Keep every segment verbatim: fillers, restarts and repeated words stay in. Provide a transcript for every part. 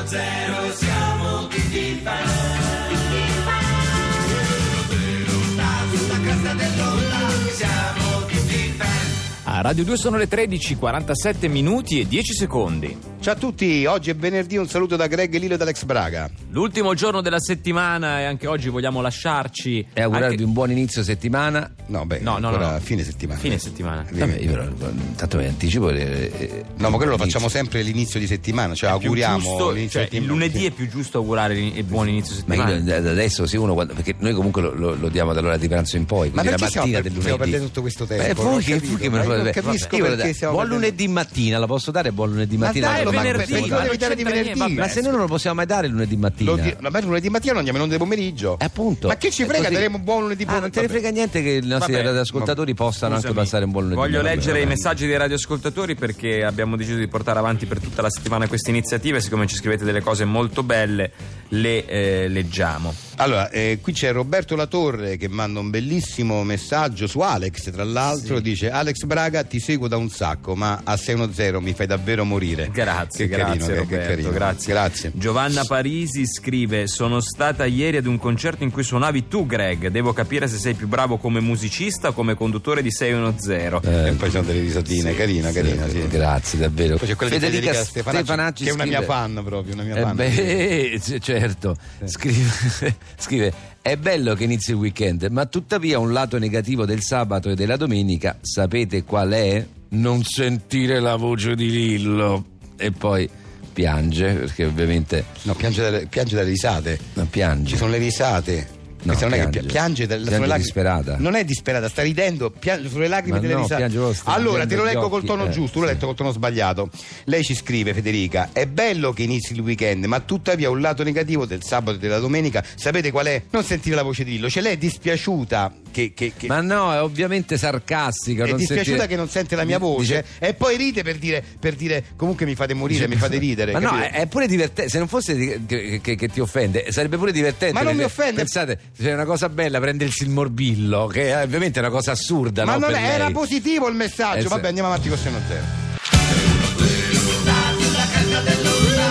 zero siamo tutti fan. Sulla cresta dell'onda siamo tutti fan. A Radio due sono le tredici, quarantasette minuti e dieci secondi. Ciao a tutti, oggi è venerdì, un saluto da Greg Lillo e da Alex Braga. L'ultimo giorno della settimana e anche oggi vogliamo lasciarci e augurarvi anche... un buon inizio settimana. No, beh, no, no, ancora no. fine settimana. Fine settimana. Vabbè, io però, tanto mi anticipo. Eh, no, ma quello lo facciamo sempre l'inizio di settimana, cioè è auguriamo giusto, l'inizio cioè, di il lunedì è più giusto augurare il buon inizio settimana. Ma io adesso sì, uno quando, perché noi comunque lo, lo, lo diamo dall'ora di pranzo in poi, ma quindi perché la mattina siamo, del per, lunedì. siamo perdendo tutto questo tempo? Eh, voi che, capito, che me ma lo io non fate? capisco Io, perché siamo buon perdendo... lunedì mattina, la posso dare buon lunedì Ma mattina? dai, lo ma venerdì, ma ma devi dare di venerdì. niente, ma se noi non lo possiamo mai dare lunedì mattina. Lo di- vabbè, lunedì mattina non andiamo in onda di pomeriggio. Eh, appunto. Ma che ci È frega, così. daremo buon lunedì Ah, pomeriggio. non te ne frega niente che i nostri Vabbè, radioascoltatori possano Scusami, anche passare un buon lunedì. voglio Vabbè, leggere vabbè. i messaggi dei radioascoltatori perché abbiamo deciso di portare avanti per tutta la settimana queste iniziative. Siccome ci scrivete delle cose molto belle, le eh, leggiamo. Allora, eh, qui c'è Roberto Latorre che manda un bellissimo messaggio su Alex, tra l'altro, Sì. dice: Alex Braga, ti seguo da un sacco, ma a sei uno zero mi fai davvero morire. Grazie, Che grazie carino, che- che Roberto, carino. grazie. Grazie. Giovanna Parisi scrive: sono stata ieri ad un concerto in cui suonavi tu, Greg. Devo capire se sei più bravo come musicista o come conduttore di sei uno zero. E poi sono delle risadine, Sì, carina, carina, sì. Grazie, davvero. Poi c'è quella di Federica Federica Stefanacci, Stefanacci che è una scrive- mia fan proprio, una mia Eh fan. beh, c- certo, scrive, scrive: è bello che inizi il weekend, ma tuttavia un lato negativo del sabato e della domenica, sapete qual è? Non sentire la voce di Lillo. E poi piange, perché ovviamente No, piange dalle, piange dalle risate. non piange. Ci sono le risate. No, Questa non è che piange. pi- piange, dalle- Piange sulle lacrime- disperata. Non è disperata, sta ridendo, piange sulle lacrime Ma delle no, risate. piange proprio, sta Allora, te lo piangendo leggo gli col occhi, tono eh, giusto, l'ho sì. letto col tono sbagliato. Lei ci scrive, Federica: è bello che inizi il weekend, ma tuttavia un lato negativo del sabato e della domenica, sapete qual è? Non sentire la voce di Lillo. Cioè lei è dispiaciuta che, che, che Ma no, è ovviamente sarcastica. è non dispiaciuta sentire- che non sente la mia voce, Dice- e poi ride per dire, per dire comunque mi fate morire, mi fate ridere. Ma no, capito? è, è pure divertente. Se non fosse di- che, che- che ti offende, sarebbe pure divertente. Ma non mi perché, offende. Pensate, c'è una cosa bella, prendersi il morbillo, che è ovviamente una cosa assurda. Ma no, non per è- era lei. positivo il messaggio. Eh, se- Vabbè, andiamo avanti con sei uno zero. Sulla cresta dell'onda,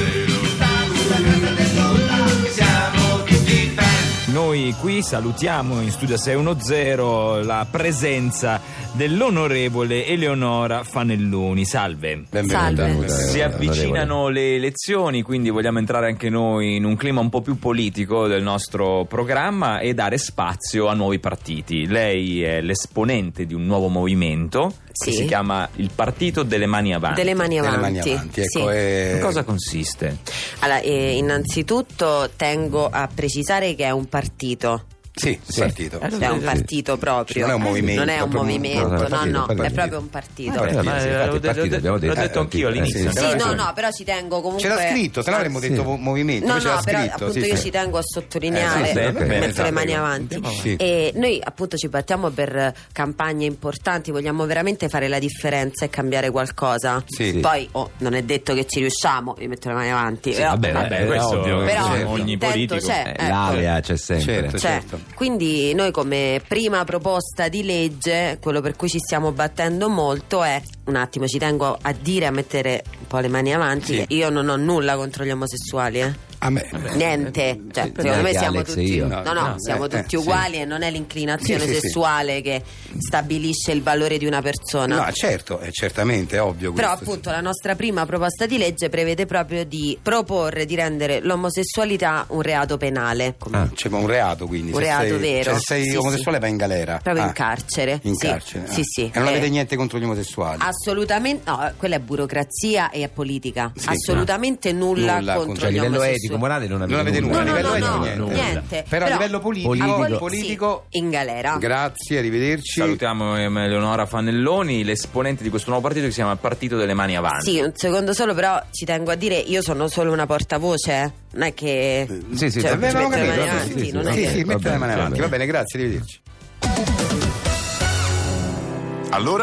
sulla cresta dell'onda siamo tutti fan. Noi qui salutiamo in studio sei uno zero la presenza dell'onorevole Eleonora Fanelloni. Salve. Benvenuta. Salve. Si avvicinano le elezioni, quindi vogliamo entrare anche noi in un clima un po' più politico del nostro programma e dare spazio a nuovi partiti. Lei è l'esponente di un nuovo movimento che Sì. si chiama il Partito delle Mani Avanti. Delle mani Delle avanti. mani avanti, ecco, Sì. eh, In cosa consiste? Allora, eh, innanzitutto tengo a precisare che è un partito. Sì, il partito. Eh, È un partito proprio. Non è un movimento, Non è un proprio un- movimento, no, no, no, partito, no, partito. è proprio un partito. Ah, Eh, ma sì, infatti, l'ho il partito, detto- abbiamo l'ho detto, detto eh, anch'io eh, all'inizio. sì, Sì, però- no, no, però ci tengo comunque. C'era scritto, se no avremmo Anzi, detto vo- movimento. No, poi no, c'era però scritto. appunto sì, io sì. ci tengo a sottolineare, Eh, sì, bene, bene, mettere esatto, le mani prego. avanti. Andiamo avanti. E noi appunto ci battiamo per campagne importanti, vogliamo veramente fare la differenza e cambiare qualcosa. Sì. Poi oh, non è detto che ci riusciamo, io metto le mani avanti. Sì, però, vabbè, Vabbè, eh, questo ovvio, però c'è, il ogni intento politico. c'è. Eh, ecco. l'area c'è sempre. Certo, Cioè, certo. quindi noi come prima proposta di legge, quello per cui ci stiamo battendo molto è, un attimo ci tengo a dire, a mettere un po' le mani avanti, Sì. io non ho nulla contro gli omosessuali, eh. A me. Niente, cioè, secondo me neanche siamo Alex e tutti io. no, no, No, siamo eh, tutti eh, uguali e non è l'inclinazione Sì, sì, sì. sessuale che stabilisce il valore di una persona. No, certo, è certamente è ovvio. Però questo, appunto la nostra prima proposta di legge prevede proprio di proporre di rendere l'omosessualità un reato penale. sì. Ah, c'è un reato, quindi. Un se reato sei, vero. Cioè, se sei Sì, omosessuale sì. vai in galera. Proprio Ah, in carcere. In Sì. carcere. ah. Sì, sì. E non Eh, avete niente contro gli omosessuali? Assolutamente no, quella è burocrazia e è politica. Sì, assolutamente nulla, Nulla contro contro- Cioè, a gli livello omosessuali. etico, morale non avete Non avete nulla. No, a no, livello no, etico no, niente. niente. Però, a livello politico, politico- politico, sì, in galera. grazie, arrivederci. Salutiamo Eleonora Fanelloni, l'esponente di questo nuovo partito che si chiama Partito delle Mani Avanti. Sì, un secondo solo, però ci tengo a dire, io sono solo una portavoce, eh. Non è che Sì, sì, cioè, vabbè, ci abbiamo metto le capito, mani sì, avanti, sì, sì, non è Sì, che... sì, mette le mani va avanti. bene. Va bene, grazie, arrivederci. Allora,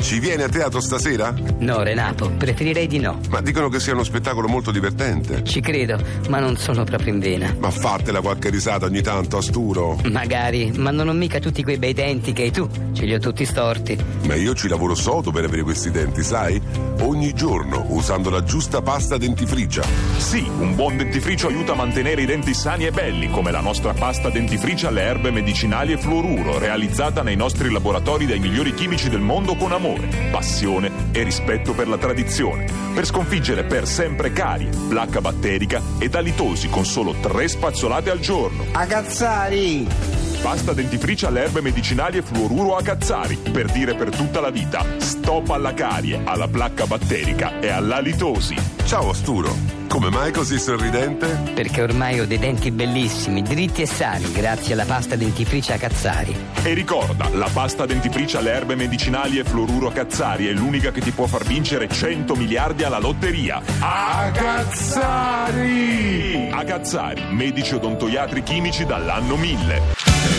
ci vieni a teatro stasera? No, Renato, preferirei di no. Ma dicono che sia uno spettacolo molto divertente. Ci credo, ma non sono proprio in vena. Ma fartela qualche risata ogni tanto, Asturo. Magari, ma non ho mica tutti quei bei denti che hai tu. Ce li ho tutti storti. Ma io ci lavoro sodo per avere questi denti, sai? Ogni giorno, usando la giusta pasta dentifricia. Sì, un buon dentifricio aiuta a mantenere i denti sani e belli, come la nostra pasta dentifricia alle erbe medicinali e fluoruro, realizzata nei nostri laboratori dai migliori chimici del mondo con amore, passione e rispetto per la tradizione, per sconfiggere per sempre carie, placca batterica ed alitosi con solo tre spazzolate al giorno. A Cazzari! Pasta dentifricia alle erbe medicinali e fluoruro a Cazzari, per dire per tutta la vita stop alla carie, alla placca batterica e all'alitosi. Ciao Asturo. Come mai così sorridente? Perché ormai ho dei denti bellissimi, dritti e sani, grazie alla pasta dentifricia a Cazzari. E ricorda, la pasta dentifricia alle erbe medicinali e fluoruro a Cazzari è l'unica che ti può far vincere cento miliardi alla lotteria. A Cazzari! A Cazzari, medici odontoiatri chimici dall'anno mille.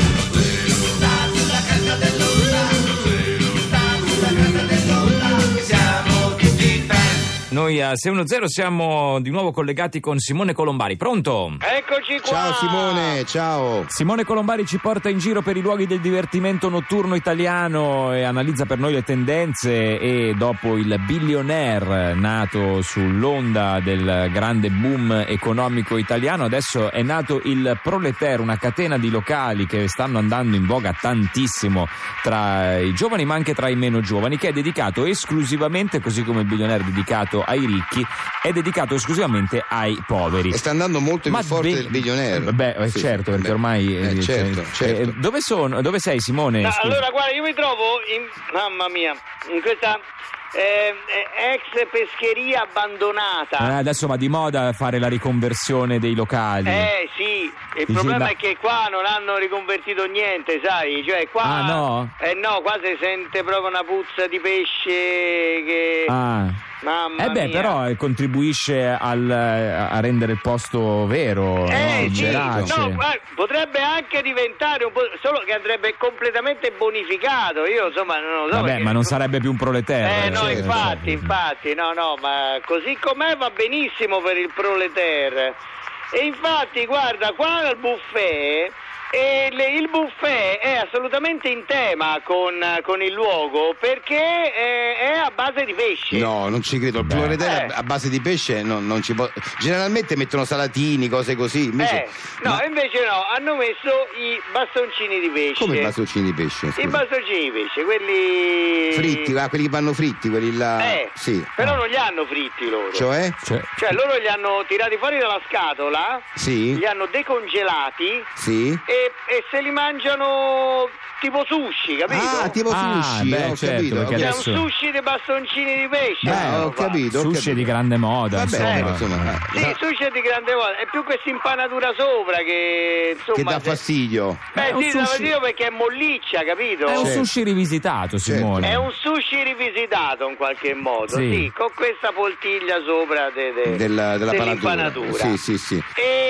Noi a sei uno zero siamo di nuovo collegati con Simone Colombari. Pronto? Eccoci qua! Ciao Simone, ciao! Simone Colombari ci porta in giro per i luoghi del divertimento notturno italiano e analizza per noi le tendenze, e dopo il billionaire nato sull'onda del grande boom economico italiano, adesso è nato il Proletaire, una catena di locali che stanno andando in voga tantissimo tra i giovani ma anche tra i meno giovani, che è dedicato esclusivamente, così come il billionaire è dedicato ai ricchi, è dedicato esclusivamente ai poveri. E sta andando molto più forte be- del billionaire. Beh, Sì, certo, perché beh, ormai eh, eh, certo, eh, certo. eh, dove sono? Dove sei, Simone? No, Scusa. allora guarda, io mi trovo in mamma mia, in questa eh, eh, ex pescheria abbandonata. Eh, adesso va di moda fare la riconversione dei locali. Eh sì, il Dici, problema ma- è che qua non hanno riconvertito niente, sai? Cioè qua Ah, no? Eh no, qua si sente proprio una puzza di pesce che Ah. mamma Eh beh, mia. però eh, contribuisce al, a rendere il posto vero, Eh no? sì, Verace. no, guarda, potrebbe anche diventare un po', solo che andrebbe completamente bonificato. Io insomma non lo so. Vabbè, perché- ma non sarebbe più un proletaire. Eh no, certo. infatti, infatti, no, no, ma così com'è va benissimo per il Proletaire. E infatti, guarda, qua al buffet, e le- il buffet è assolutamente in tema con, con il luogo, perché è, è a base di pesce. No, non ci credo. Il Beh. Proletaire Eh. a base di pesce non, non ci può. Generalmente mettono salatini, cose così. Invece, Eh, no, ma- invece no, hanno messo i bastoncini di pesce. come i bastoncini di pesce? I scusa? bastoncini di pesce, quelli... Fritti, ah, quelli che vanno fritti, quelli là. Eh, Sì. però non li hanno fritti loro. Cioè? Cioè, Cioè loro li hanno tirati fuori dalla scatola, Sì. li hanno decongelati Sì. e, e se li mangiano tipo sushi, capito? Ah, tipo Ah, sushi, beh, ho certo, capito. perché ok. C'è adesso- un sushi dei bastoncini di pesce. Beh, hanno ho fatto. capito. ho sushi capito. di grande moda, Vabbè, insomma. insomma, eh, Sì, sushi è di grande moda, è più questa impanatura sopra che insomma... che dà se- fastidio. Beh È un sì, dà sushi- fastidio perché è molliccia, capito? È un Certo. sushi rivisitato, Simone. È un sushi rivisitato in qualche modo, Sì. sì, con questa poltiglia sopra de- de- Della, della dell'impanatura. panatura. Sì, sì, sì.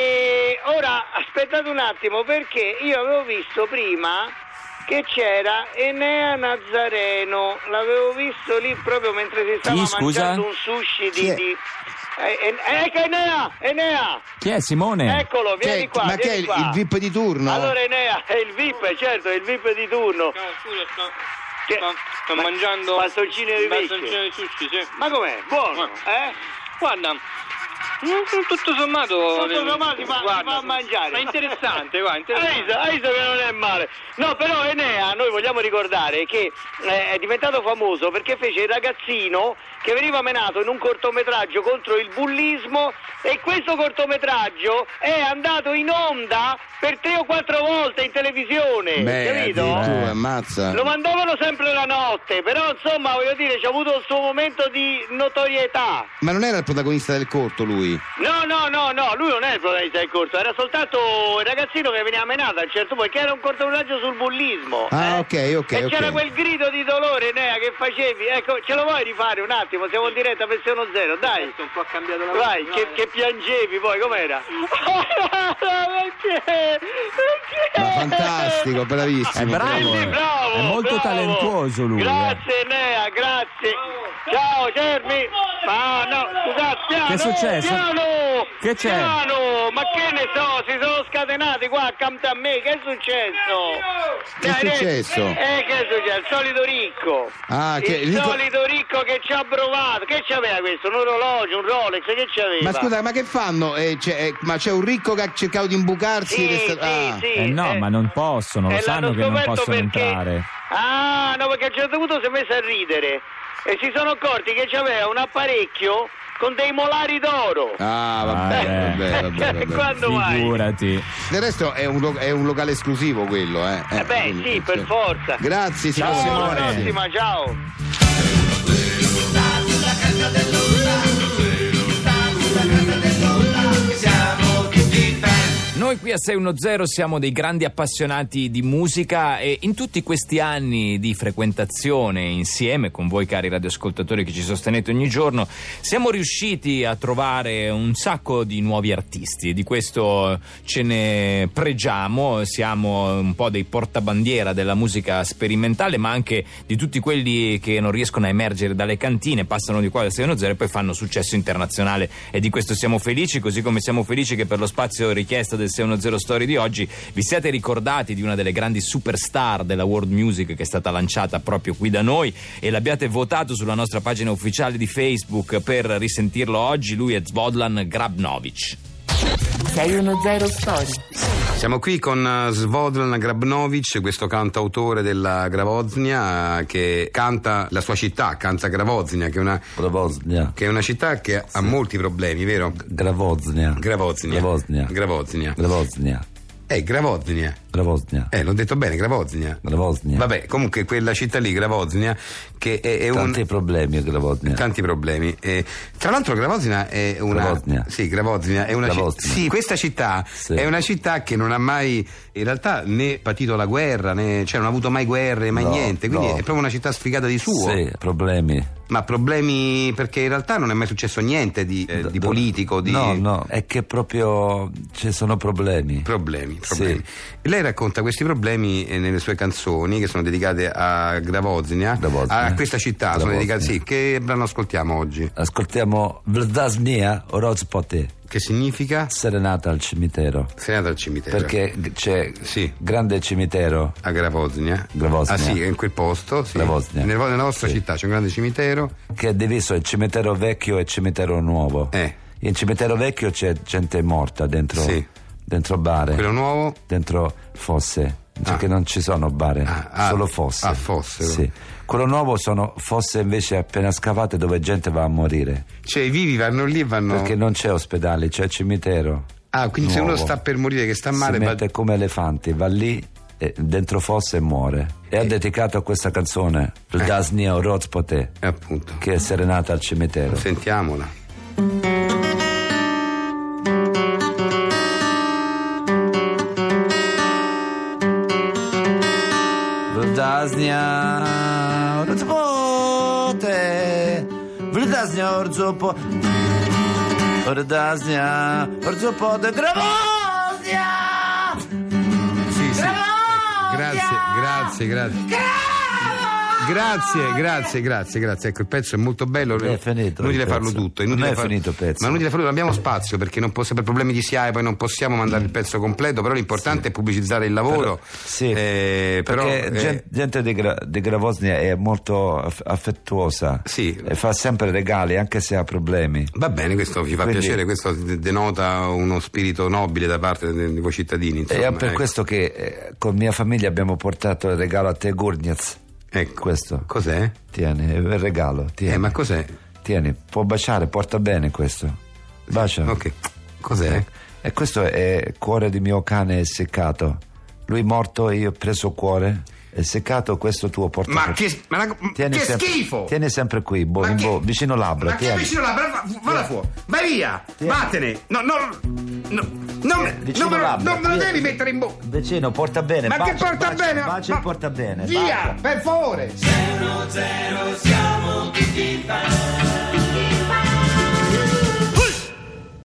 E ora aspettate un attimo, perché io avevo visto prima che c'era Enea Nazareno, l'avevo visto lì proprio mentre si stava Chi, scusa? mangiando un sushi Chi di... è? di... Eh, eh, ecco Enea, Enea, Chi è, Simone? eccolo, Che- vieni qua, ma che è vieni il, qua. il V I P di turno? Allora Enea, è il V I P, certo, è il V I P di turno. No, scusa, sto, Che- sto, sto ma- mangiando bastoncini di pesce. bastoncini di sushi, sì. Ma com'è? Buono, eh? Guarda, mm, tutto sommato... Tutto sommato si fa- si guarda, fa a mangiare. Ma interessante, guarda, Hai interessante. visto, hai visto che non è male. No, però Enea, noi vogliamo ricordare che eh, è diventato famoso perché fece il ragazzino che veniva menato in un cortometraggio contro il bullismo, e questo cortometraggio è andato in onda per tre o quattro volte in televisione, Beh, capito? addirittura, ammazza. Lo mandavano sempre la notte, però insomma voglio dire c'ha avuto il suo momento di notorietà. Ma non era il protagonista del corto lui? No, no, no, no, lui non è il protagonista del corto, era soltanto il ragazzino che veniva menato a un certo punto, perché era un cortometraggio sul bullismo. Ah, eh? ok, ok, E ok. c'era quel grido di dolore, Nea, che facevi. Ecco, ce lo vuoi rifare un attimo? Siamo in diretta per sei uno zero, dai. Un po' cambiato la Vai, voce, che, vai. che piangevi poi, com'era? Perché? Perché? Ma fantastico, È bravissimo. bravo. Sì, bravo. sì, bravo, bravo. È molto bravo. talentuoso lui. Grazie eh. Enea, grazie. Ciao Germi. Ma no, scusate, piano. Che è successo? Piano. Che c'è? Piano, ma che ne so, si sono scatenati qua accanto a me. Che è successo? Che è successo? Eh, che è successo? Il solito ricco. Ah, che il ricco- solito ricco che ci ha provato. Che c'aveva questo? Un orologio, un Rolex, che c'aveva? Ma scusa, ma che fanno? Eh, c'è, eh, ma c'è un ricco che ha cercato di imbucarsi? Sì, e resta- sì, ah. sì. Eh no, eh. ma non possono, lo E sanno l'hanno che non scoperto possono perché... entrare. Ah, no, perché a un certo punto si è messo a ridere e si sono accorti che c'aveva un apparecchio con dei molari d'oro. Ah, vabbè, Ah, eh. vabbè, vabbè, vabbè. Quando mai? Figurati. Del resto è un, lo- è un locale esclusivo quello, eh. Eh beh, quindi, sì, per cioè. forza. Grazie Ciao, Simone. Alla Simone. prossima, ciao. Sulla cresta dell'onda, sulla cresta dell'onda, siamo tutti fan. Noi qui a sei uno zero siamo dei grandi appassionati di musica e in tutti questi anni di frequentazione insieme con voi cari radioascoltatori che ci sostenete ogni giorno siamo riusciti a trovare un sacco di nuovi artisti e di questo ce ne pregiamo, siamo un po' dei portabandiera della musica sperimentale ma anche di tutti quelli che non riescono a emergere dalle cantine, passano di qua da sei uno zero e poi fanno successo internazionale e di questo siamo felici, così come siamo felici che per lo spazio richiesto del sei uno zero Story di oggi vi siete ricordati di una delle grandi superstar della world music che è stata lanciata proprio qui da noi e l'abbiate votato sulla nostra pagina ufficiale di Facebook per risentirlo oggi. Lui è Zvodlan Grabnovic. sei uno zero Story. Siamo qui con uh, Zvodlan Grabnovic, questo cantautore della Gravoznia che canta la sua città, canta Gravoznia, che è una, Gravoznia. che è una città che ha molti problemi, vero? Gravoznia. Gravoznia. Gravoznia. Gravoznia. Gravoznia. Eh, Gravoznia. Gravoznia. Eh, l'ho detto bene, Gravoznia. Gravoznia. Vabbè, comunque quella città lì, Gravoznia, che è, è un... Tanti problemi Gravoznia. Tanti problemi. Eh, tra l'altro Gravoznia è una... Gravoznia. Sì, Gravoznia è una città... Gravoznia. Sì, questa città Sì. è una città che non ha mai, in realtà, né patito la guerra, né... cioè non ha avuto mai guerre, mai No, niente, quindi no. è proprio una città sfigata di suo. Sì, problemi. Ma problemi perché in realtà non è mai successo niente di, eh, di Do- politico, di... No, no, è che proprio ci sono problemi. Problemi, problemi. Sì. E lei racconta questi problemi eh, nelle sue canzoni che sono dedicate a Gravoznia, Gravoznia. a questa città, sono Gravoznia. dedicate, sì. Che brano ascoltiamo oggi? Ascoltiamo Vldaznia Orozpote, Che significa? Serenata al cimitero. Serenata al cimitero. Perché c'è Sì. grande cimitero. A Gravoznia. Gravoznia. Ah sì, è in quel posto, sì. Gravoznia. Nel- nella vostra Sì. città c'è un grande cimitero. Che è diviso il cimitero vecchio e il cimitero nuovo. Eh. In cimitero vecchio c'è gente morta dentro, Sì. dentro bare, Quello nuovo? dentro fosse, cioè Ah. che non ci sono bare, Ah, ah, solo fosse. ah, fosse. Sì. Quello nuovo sono fosse invece appena scavate dove gente va a morire, Cioè i vivi vanno lì e vanno... perché non c'è ospedale, c'è cimitero. Ah, quindi se nuovo. uno sta per morire, che sta Si male... va- mette come elefanti, va lì e dentro fosse e muore. E ha dedicato a questa canzone Vldaznia Orozpote, Eh, appunto. che è serenata al cimitero. Sentiamola. Vldaznia Orozpote, Vldaznia Orzopo, Vldaznia Orzopote, Gravoznia! Sì, sì. Grazie, grazie, grazie. Grazie, grazie, grazie, grazie. Ecco, il pezzo è molto bello. È finito Inutile il farlo pezzo. tutto. Non Inutile è far- finito il pezzo. Ma inutile farlo, non abbiamo spazio perché non posso, per problemi di S I A E poi non possiamo mandare il pezzo completo. Però l'importante è pubblicizzare il lavoro. Sì, Eh, però, perché eh, gen- gente di, Gra- di Gravoznia è molto aff- affettuosa, Sì. e fa sempre regali anche se ha problemi. Va bene, questo ci fa Quindi- piacere, questo de- denota uno spirito nobile da parte de- di voi cittadini. Insomma, E è per ecco. questo che eh, con mia famiglia abbiamo portato il regalo a te, Gurnez. Ecco. Questo. Cos'è? Tieni, è il regalo. Tieni. Eh, ma cos'è? Tieni, può baciare, porta bene questo. Bacia. Ok. Cos'è? E questo è il cuore di mio cane esseccato. Lui morto, io ho preso cuore. È seccato, questo tuo porta. Ma che, ma la- Tieni che sempre, schifo! Tieni sempre qui, bo, Ma in che- bo- vicino labbra. Ma che tieni. vicino là? Va- Vada fuori! Vai via! Vattene! No, no, no, non, Vicino non, me lo- labbra, non me lo tieni. devi mettere in bocca! Vicino, porta bene. Ma che bacia, porta bacia, bene? Bacia Ma- e porta bene. Via! bacia. Per favore! sei uno zero siamo tutti fan.